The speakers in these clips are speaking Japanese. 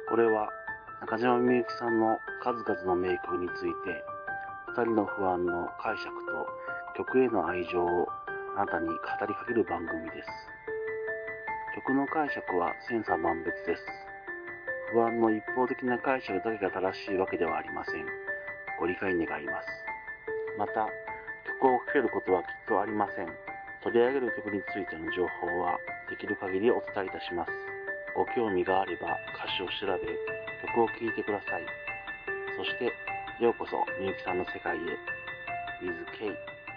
これは中島みゆきさんの数々の名曲について、二人の不安の解釈と曲への愛情をあなたに語りかける番組です。曲の解釈は千差万別です。不安の一方的な解釈だけが正しいわけではありません。ご理解願います。また、曲をかけることはきっとありません。取り上げる曲についての情報はできる限りお伝えいたします。ご興味があれば歌詞を調べ、曲を聴いてください。そして、ようこそみゆきさんの世界へ。with K。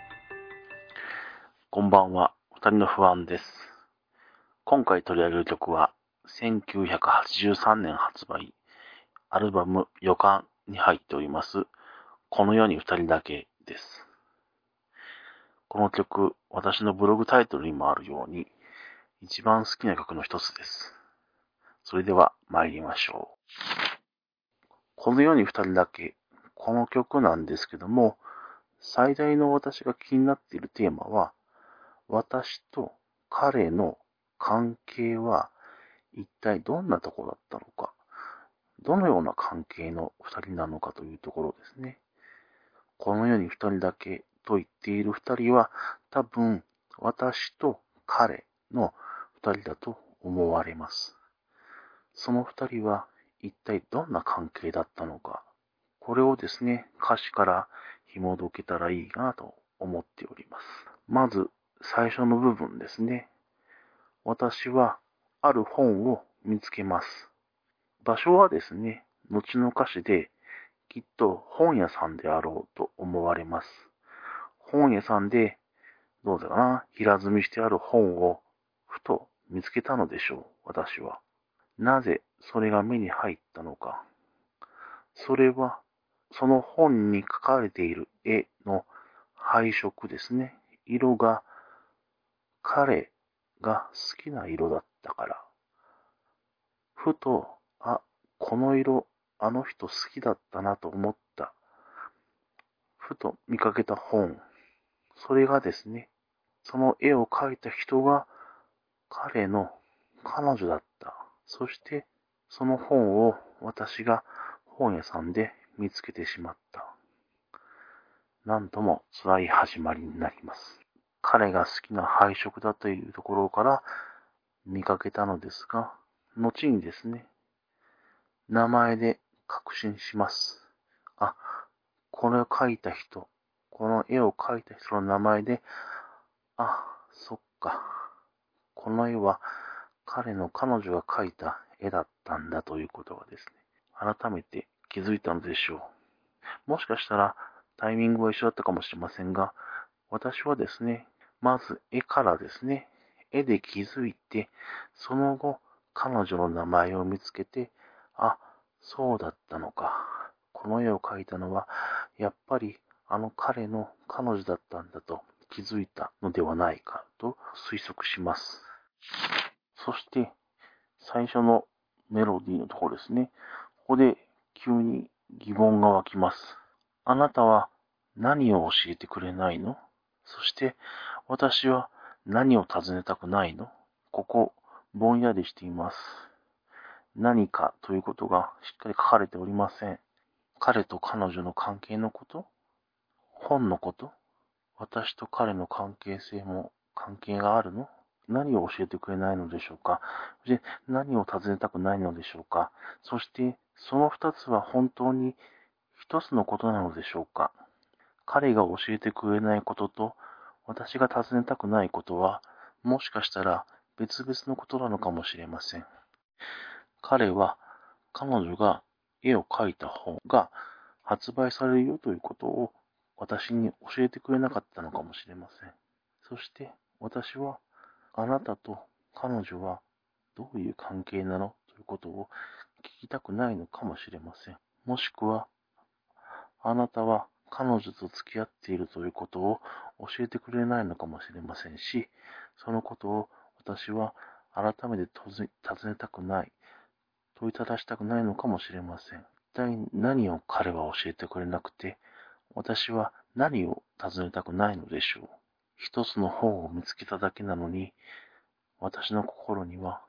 こんばんは、二人の不安です。今回取り上げる曲は、1983年発売、アルバム予感に入っております、この世に二人だけです。この曲、私のブログタイトルにもあるように、一番好きな曲の一つです。それでは参りましょう。この世に二人だけ、この曲なんですけども、最大の私が気になっているテーマは、私と彼の関係は一体どんなところだったのか、どのような関係の二人なのかというところですね。この世に二人だけと言っている二人は、多分私と彼の二人だと思われます。その二人は一体どんな関係だったのか、これをですね、歌詞から紐解けたらいいなと思っております。まず最初の部分ですね。私はある本を見つけます。場所はですね、後の歌詞できっと本屋さんであろうと思われます。本屋さんでどうだろうな、平積みしてある本をふと見つけたのでしょう、私は。なぜそれが目に入ったのか。それは、その本に描かれている絵の配色ですね。色が彼が好きな色だったから。ふと、この色、あの人好きだったなと思った。ふと見かけた本。それがですね、その絵を描いた人が彼の彼女だった。そして、その本を私が本屋さんで見つけてしまった。なんとも辛い始まりになります。彼が好きな配色だというところから見かけたのですが、後にですね、名前で確信します。これを描いた人、この絵を描いた人の名前で、そっか。この絵は彼の彼女が描いた絵だったんだということがですね、改めて気づいたのでしょう。もしかしたらタイミングは一緒だったかもしれませんが、私はですね、まず絵からですね、絵で気づいて、その後彼女の名前を見つけて、そうだったのか。この絵を描いたのは、やっぱりあの彼の彼女だったんだと気づいたのではないかと推測します。そして、最初のメロディーのところですね。ここで急に疑問が湧きます。あなたは何を教えてくれないの？そして私は何を尋ねたくないの？ここ、ぼんやりしています。何かということがしっかり書かれておりません。彼と彼女の関係のこと？本のこと？私と彼の関係性も関係があるの？何を教えてくれないのでしょうか？で、何を尋ねたくないのでしょうか？そして、その二つは本当に一つのことなのでしょうか？彼が教えてくれないことと、私が尋ねたくないことは、もしかしたら別々のことなのかもしれません。彼は、彼女が絵を描いた本が発売されるよということを私に教えてくれなかったのかもしれません。そして私はあなたと彼女はどういう関係なのということを聞きたくないのかもしれません。もしくはあなたは彼女と付き合っているということを教えてくれないのかもしれませんし、そのことを私は改めて尋ねたくない、問いただしたくないのかもしれません。一体何を彼は教えてくれなくて、私は何を尋ねたくないのでしょう。一つの本を見つけただけなのに、私の心には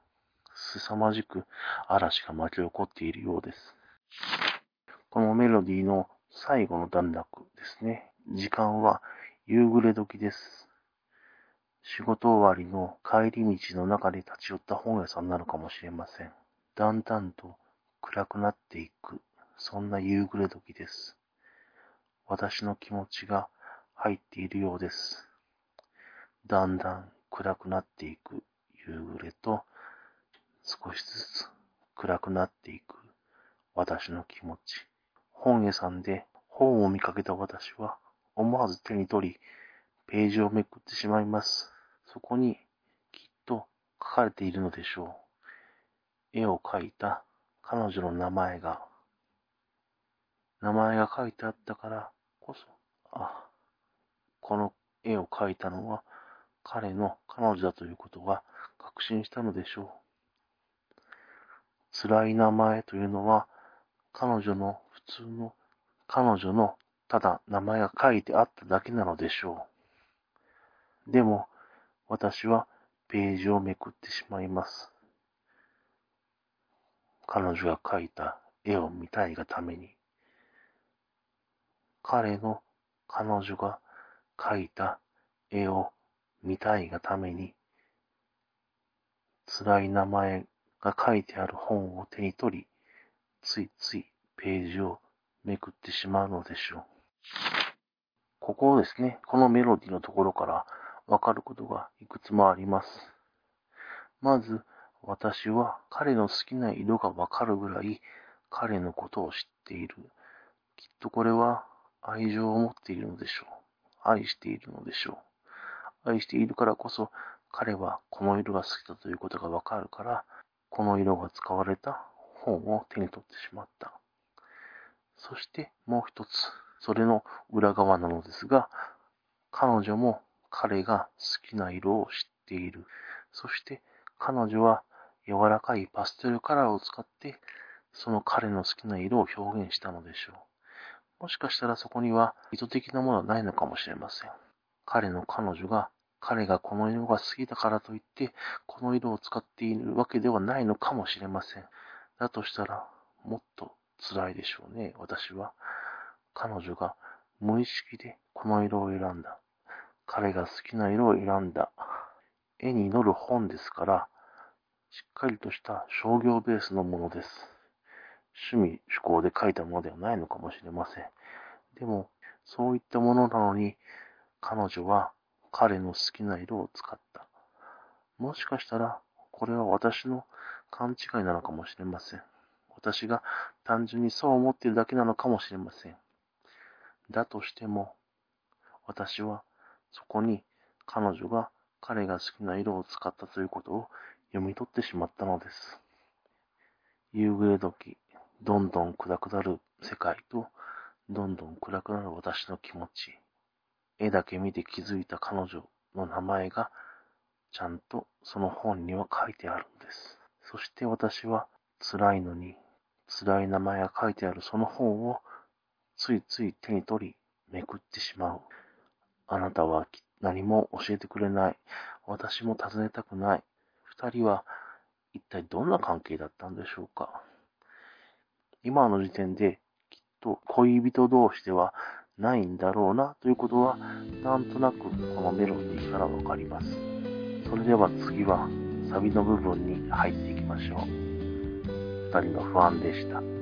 凄まじく嵐が巻き起こっているようです。このメロディーの最後の段落ですね。時間は夕暮れ時です。仕事終わりの帰り道の中で立ち寄った本屋さんなのかもしれません。だんだんと暗くなっていく、そんな夕暮れ時です。私の気持ちが入っているようです。だんだん暗くなっていく夕暮れと、少しずつ暗くなっていく私の気持ち。本屋さんで本を見かけた私は、思わず手に取り、ページをめくってしまいます。そこにきっと書かれているのでしょう。絵を描いた彼女の名前が書いてあったからこそ、この絵を描いたのは彼女だということが確信したのでしょう。辛い名前というのは彼女のただ名前が書いてあっただけなのでしょう。でも私はページをめくってしまいます。彼女が描いた絵を見たいがために、彼女が描いた絵を見たいがために、辛い名前が書いてある本を手に取り、ついついページをめくってしまうのでしょう。ここですね、このメロディーのところからわかることがいくつもあります。まず、私は彼の好きな色がわかるぐらい彼のことを知っている。きっとこれは愛情を持っているのでしょう。愛しているのでしょう。愛しているからこそ彼はこの色が好きだということがわかるから、この色が使われた本を手に取ってしまった。そしてもう一つ、それの裏側なのですが、彼女も彼が好きな色を知っている。そして彼女は柔らかいパステルカラーを使ってその彼の好きな色を表現したのでしょう。もしかしたらそこには意図的なものはないのかもしれません。彼女が彼がこの色が好きだからといってこの色を使っているわけではないのかもしれません。だとしたらもっと辛いでしょうね。私は彼女が無意識でこの色を選んだ。彼が好きな色を選んだ。絵に乗る本ですから、しっかりとした商業ベースのものです。趣味趣向で描いたものではないのかもしれません。でも、そういったものなのに、彼女は彼の好きな色を使った。もしかしたら、これは私の勘違いなのかもしれません。私が単純にそう思っているだけなのかもしれません。だとしても、私はそこに彼女が彼が好きな色を使ったということを読み取ってしまったのです。夕暮れ時、どんどん暗くなる世界と、どんどん暗くなる私の気持ち。絵だけ見て気づいた彼女の名前が、ちゃんとその本には書いてあるんです。そして私は辛いのに、辛い名前が書いてあるその本をついつい手に取り、めくってしまう。あなたは何も教えてくれない。私も尋ねたくない。二人は一体どんな関係だったんでしょうか。今の時点できっと恋人同士ではないんだろうなということはなんとなくこのメロディーからわかります。それでは次はサビの部分に入っていきましょう。二人の不安でした。